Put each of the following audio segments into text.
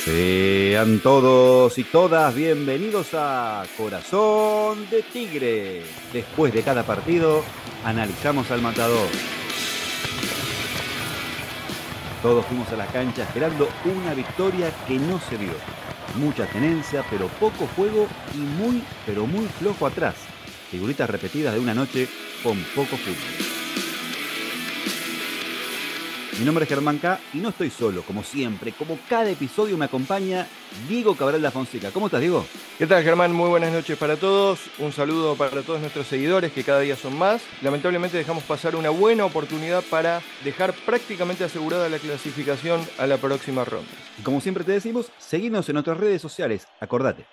Sean todos y todas bienvenidos a Corazón de Tigre. Después de cada partido, analizamos al matador. Todos fuimos a la cancha esperando una victoria que no se dio. Mucha tenencia, pero poco juego y muy, pero muy flojo atrás. Figuritas repetidas de una noche con poco fútbol. Mi nombre es Germán K. y no estoy solo, como siempre. Como cada episodio me acompaña Diego Cabral da Fonseca. ¿Cómo estás, Diego? ¿Qué tal, Germán? Muy buenas noches para todos. Un saludo para todos nuestros seguidores, que cada día son más. Lamentablemente dejamos pasar una buena oportunidad para dejar prácticamente asegurada la clasificación a la próxima ronda. Y como siempre te decimos, seguinos en nuestras redes sociales. Acordate.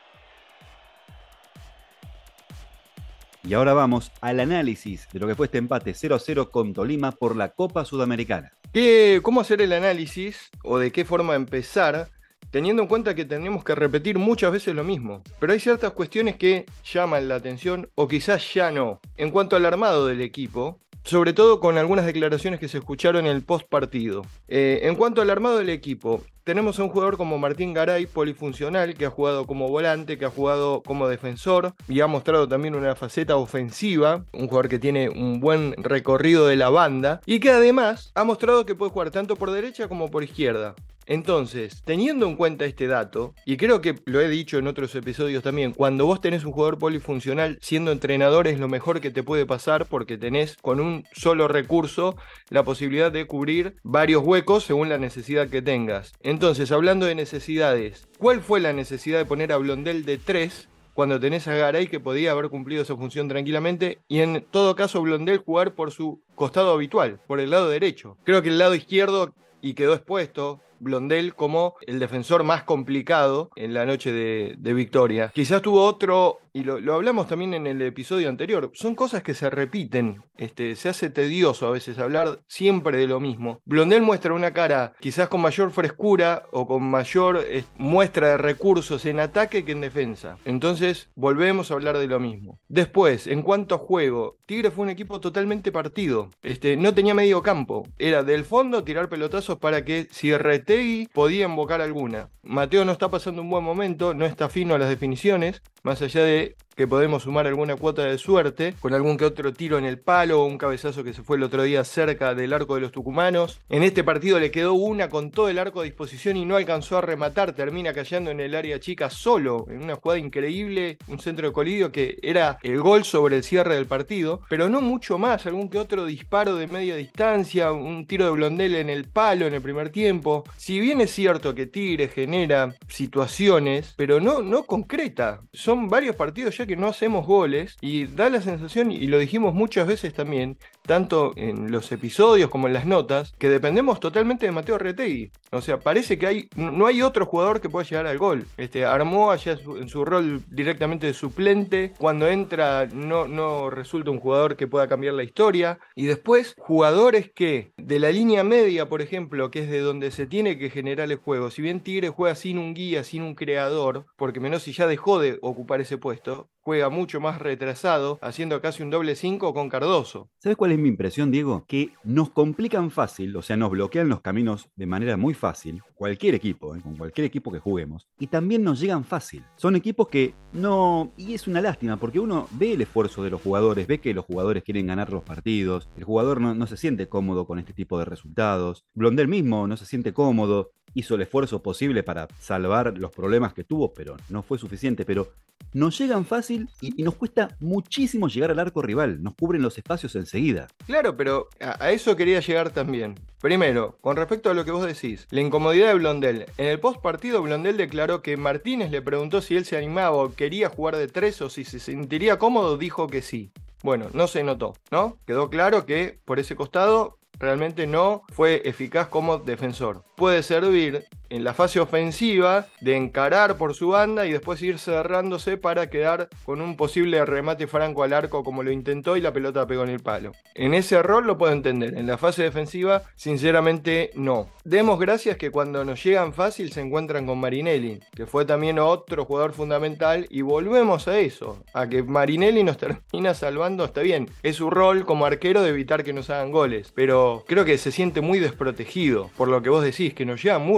Y ahora vamos al análisis de lo que fue este empate 0-0 con Tolima por la Copa Sudamericana. ¿Cómo hacer el análisis o de qué forma empezar, teniendo en cuenta que tenemos que repetir muchas veces lo mismo? Pero hay ciertas cuestiones que llaman la atención o quizás ya no. En cuanto al armado del equipo, sobre todo con algunas declaraciones que se escucharon en el post partido. En cuanto al armado del equipo, tenemos a un jugador como Martín Garay, polifuncional, que ha jugado como volante, que ha jugado como defensor y ha mostrado también una faceta ofensiva, un jugador que tiene un buen recorrido de la banda y que además ha mostrado que puede jugar tanto por derecha como por izquierda. Entonces, teniendo en cuenta este dato, y creo que lo he dicho en otros episodios también, cuando vos tenés un jugador polifuncional, siendo entrenador es lo mejor que te puede pasar porque tenés con un solo recurso la posibilidad de cubrir varios huecos según la necesidad que tengas. Entonces, hablando de necesidades, ¿cuál fue la necesidad de poner a Blondel de 3 cuando tenés a Garay que podía haber cumplido esa función tranquilamente y en todo caso Blondel jugar por su costado habitual, por el lado derecho? Creo que el lado izquierdo, y quedó expuesto Blondel como el defensor más complicado en la noche de victoria. Quizás tuvo otro, y lo hablamos también en el episodio anterior, son cosas que se repiten, se hace tedioso a veces hablar siempre de lo mismo. Blondel muestra una cara quizás con mayor frescura o con mayor muestra de recursos en ataque que en defensa. Entonces volvemos a hablar de lo mismo. Después, en cuanto a juego, Tigre fue un equipo totalmente partido. No tenía medio campo, era del fondo tirar pelotazos para que si Retegui podía invocar alguna. Mateo no está pasando un buen momento, no está fino a las definiciones, más allá de que podemos sumar alguna cuota de suerte, con algún que otro tiro en el palo o un cabezazo que se fue el otro día cerca del arco de los tucumanos. En este partido le quedó una con todo el arco a disposición y no alcanzó a rematar, termina cayendo en el área chica solo, en una jugada increíble, un centro de Colidio que era el gol sobre el cierre del partido, pero no mucho más, algún que otro disparo de media distancia, un tiro de Blondel en el palo en el primer tiempo. Si bien es cierto que Tigre genera situaciones, pero no concreta, son varios partidos ya que no hacemos goles y da la sensación, y lo dijimos muchas veces también, tanto en los episodios como en las notas, que dependemos totalmente de Mateo Retegui. O sea, parece que no hay otro jugador que pueda llegar al gol. Armó allá en su rol directamente de suplente. Cuando entra no resulta un jugador que pueda cambiar la historia. Y después, jugadores que de la línea media, por ejemplo, que es de donde se tiene que generar el juego. Si bien Tigre juega sin un guía, sin un creador, porque Menossi ya dejó de ocupar ese puesto, juega mucho más retrasado, haciendo casi un doble 5 con Cardoso. ¿Sabes cuál es mi impresión, Diego? Que nos complican fácil, o sea, nos bloquean los caminos de manera muy fácil, cualquier equipo, con cualquier equipo que juguemos, y también nos llegan fácil. Son equipos que no, y es una lástima, porque uno ve el esfuerzo de los jugadores, ve que los jugadores quieren ganar los partidos, el jugador no se siente cómodo con este tipo de resultados, Blondel mismo no se siente cómodo, hizo el esfuerzo posible para salvar los problemas que tuvo, pero no fue suficiente, pero nos llegan fácil y nos cuesta muchísimo llegar al arco rival, nos cubren los espacios enseguida. Claro, pero a eso quería llegar también. Primero, con respecto a lo que vos decís, la incomodidad de Blondel. En el post partido Blondel declaró que Martínez le preguntó si él se animaba o quería jugar de 3 o si se sentiría cómodo, dijo que sí. Bueno, no se notó, ¿no? Quedó claro que por ese costado realmente no fue eficaz como defensor. Puede servir en la fase ofensiva de encarar por su banda y después ir cerrándose para quedar con un posible remate franco al arco como lo intentó y la pelota pegó en el palo. En ese rol lo puedo entender, en la fase defensiva sinceramente no. Demos gracias que cuando nos llegan fácil se encuentran con Marinelli, que fue también otro jugador fundamental, y volvemos a eso, a que Marinelli nos termina salvando. Está bien, es su rol como arquero de evitar que nos hagan goles, pero creo que se siente muy desprotegido por lo que vos decís, que nos llega muy rápido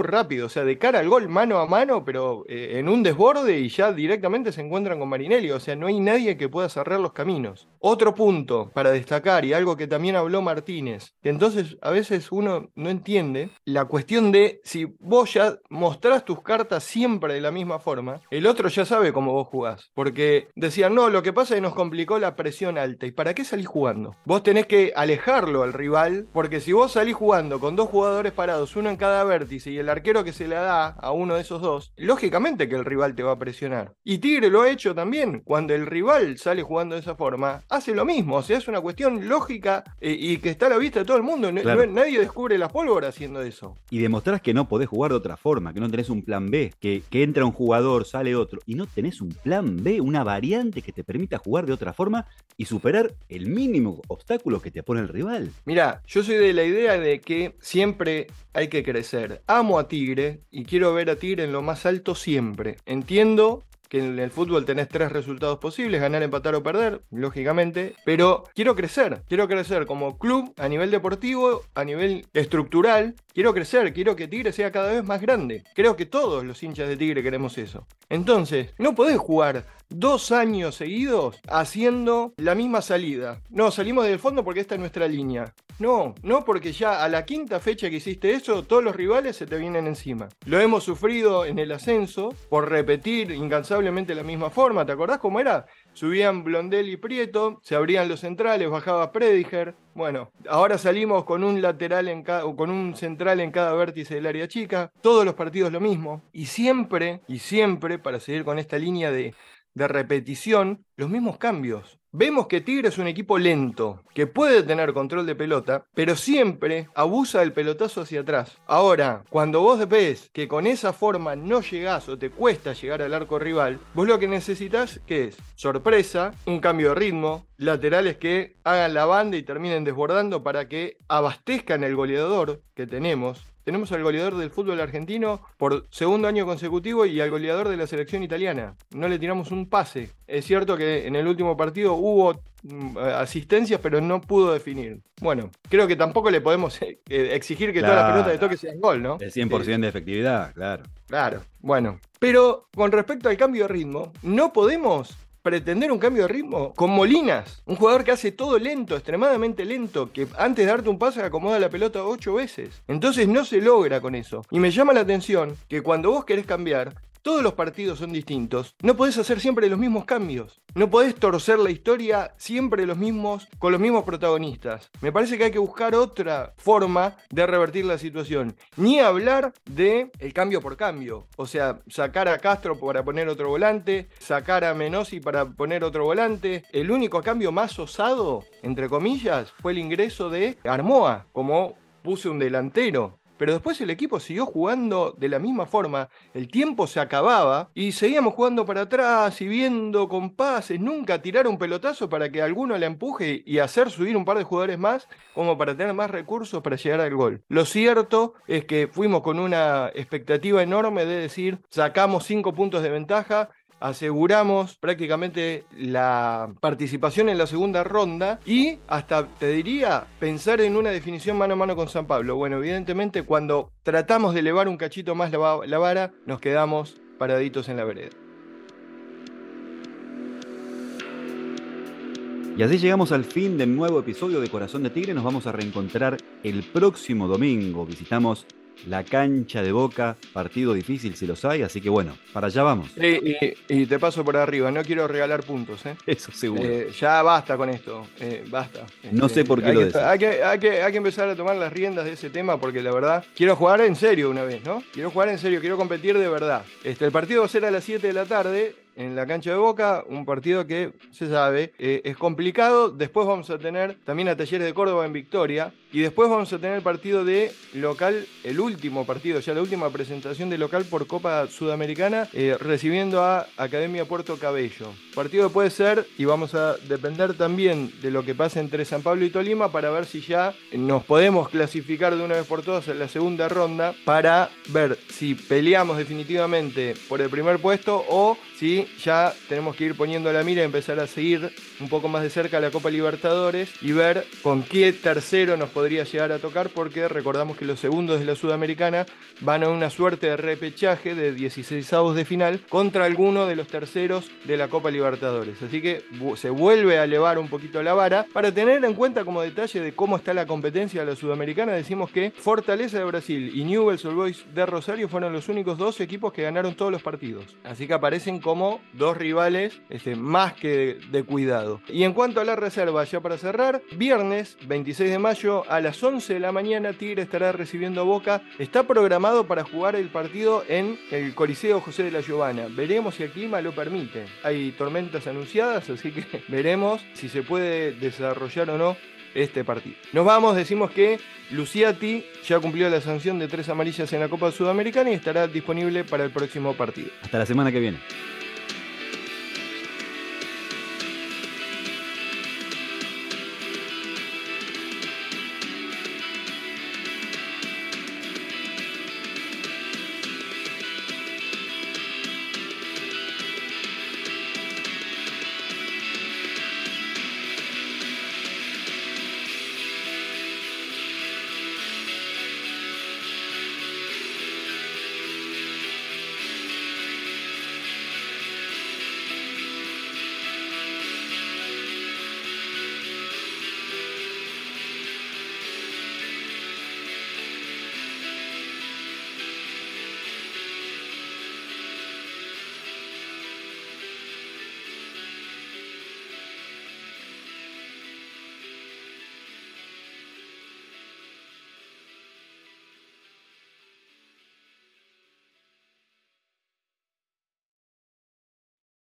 o sea, de cara al gol mano a mano, pero en un desborde y ya directamente se encuentran con Marinelli, o sea, no hay nadie que pueda cerrar los caminos. Otro punto para destacar y algo que también habló Martínez, que entonces a veces uno no entiende la cuestión de si vos ya mostrás tus cartas siempre de la misma forma, el otro ya sabe cómo vos jugás, porque decían, no, lo que pasa es que nos complicó la presión alta, ¿y para qué salís jugando? Vos tenés que alejarlo al rival, porque si vos salís jugando con dos jugadores parados, uno en cada vértice y el arquero que se le da a uno de esos dos, lógicamente que el rival te va a presionar. Y Tigre lo ha hecho también, cuando el rival sale jugando de esa forma, hace lo mismo, o sea, es una cuestión lógica y que está a la vista de todo el mundo, Claro. nadie descubre la pólvora haciendo eso. Y demostrás que no podés jugar de otra forma, que no tenés un plan B, que entra un jugador, sale otro, y no tenés un plan B, una variante que te permita jugar de otra forma y superar el mínimo obstáculo que te pone el rival. Mira, yo soy de la idea de que siempre hay que crecer. Amo a Tigre y quiero ver a Tigre en lo más alto siempre. Entiendo que en el fútbol tenés 3 resultados posibles, ganar, empatar o perder, lógicamente, pero quiero crecer como club a nivel deportivo, a nivel estructural, quiero crecer, quiero que Tigre sea cada vez más grande. Creo que todos los hinchas de Tigre queremos eso. Entonces, no podés jugar 2 años seguidos haciendo la misma salida. No, salimos del fondo porque esta es nuestra línea. No porque ya a la quinta fecha que hiciste eso, todos los rivales se te vienen encima. Lo hemos sufrido en el ascenso por repetir incansablemente la misma forma. ¿Te acordás cómo era? Subían Blondel y Prieto, se abrían los centrales, bajaba Prediger. Bueno, ahora salimos con un lateral con un central en cada vértice del área chica. Todos los partidos lo mismo. Y siempre, para seguir con esta línea de repetición, los mismos cambios. Vemos que Tigre es un equipo lento, que puede tener control de pelota, pero siempre abusa del pelotazo hacia atrás. Ahora, cuando vos ves que con esa forma no llegás o te cuesta llegar al arco rival, vos lo que necesitas, ¿qué es? Sorpresa, un cambio de ritmo, laterales que hagan la banda y terminen desbordando para que abastezcan el goleador que tenemos. Tenemos al goleador del fútbol argentino por segundo año consecutivo y al goleador de la selección italiana. No le tiramos un pase. Es cierto que en el último partido hubo asistencias, pero no pudo definir. Bueno, creo que tampoco le podemos exigir que todas las pelotas de toque sean gol, ¿no? El 100% de efectividad, claro. Claro, bueno. Pero con respecto al cambio de ritmo, no podemos pretender un cambio de ritmo con Molinas, un jugador que hace todo lento, extremadamente lento, que antes de darte un pase acomoda la pelota 8 veces. Entonces no se logra con eso. Y me llama la atención que cuando vos querés cambiar, todos los partidos son distintos. No podés hacer siempre los mismos cambios. No podés torcer la historia siempre los mismos, con los mismos protagonistas. Me parece que hay que buscar otra forma de revertir la situación. Ni hablar de el cambio por cambio. O sea, sacar a Castro para poner otro volante, sacar a Menossi para poner otro volante. El único cambio más osado, entre comillas, fue el ingreso de Armoa, como puse un delantero. Pero después el equipo siguió jugando de la misma forma, el tiempo se acababa y seguíamos jugando para atrás y viendo con pases, nunca tirar un pelotazo para que alguno la empuje y hacer subir un par de jugadores más como para tener más recursos para llegar al gol. Lo cierto es que fuimos con una expectativa enorme de decir, sacamos 5 puntos de ventaja, aseguramos prácticamente la participación en la segunda ronda y hasta, te diría, pensar en una definición mano a mano con San Pablo. Bueno, evidentemente cuando tratamos de elevar un cachito más la vara, nos quedamos paraditos en la vereda. Y así llegamos al fin del nuevo episodio de Corazón de Tigre. Nos vamos a reencontrar el próximo domingo. Visitamos la cancha de Boca, partido difícil si los hay, así que bueno, para allá vamos. Y te paso por arriba, no quiero regalar puntos, ¿eh? Eso seguro. Ya basta con esto, basta. No sé por qué lo decís. Hay que empezar a tomar las riendas de ese tema porque la verdad, quiero jugar en serio una vez, ¿no? Quiero jugar en serio, quiero competir de verdad. El partido va a ser a las 7 de la tarde. En la cancha de Boca, un partido que se sabe es complicado. Después vamos a tener también a Talleres de Córdoba en Victoria. Y después vamos a tener el partido de local, el último partido, ya la última presentación de local por Copa Sudamericana, recibiendo a Academia Puerto Cabello. Partido puede ser, y vamos a depender también de lo que pase entre San Pablo y Tolima para ver si ya nos podemos clasificar de una vez por todas en la segunda ronda para ver si peleamos definitivamente por el primer puesto o si ya tenemos que ir poniendo la mira y empezar a seguir un poco más de cerca la Copa Libertadores y ver con qué tercero nos podemos podría llegar a tocar, porque recordamos que los segundos de la Sudamericana van a una suerte de repechaje de 16avos de final contra alguno de los terceros de la Copa Libertadores. Así que se vuelve a elevar un poquito la vara. Para tener en cuenta como detalle de cómo está la competencia de la Sudamericana, decimos que Fortaleza de Brasil y Newell's Old Boys de Rosario fueron los únicos dos equipos que ganaron todos los partidos. Así que aparecen como dos rivales más que de cuidado. Y en cuanto a la reserva, ya para cerrar, viernes 26 de mayo a las 11 de la mañana Tigre estará recibiendo a Boca. Está programado para jugar el partido en el Coliseo José de la Giovana. Veremos si el clima lo permite. Hay tormentas anunciadas, así que veremos si se puede desarrollar o no este partido. Nos vamos, decimos que Luciati ya cumplió la sanción de 3 amarillas en la Copa Sudamericana y estará disponible para el próximo partido. Hasta la semana que viene.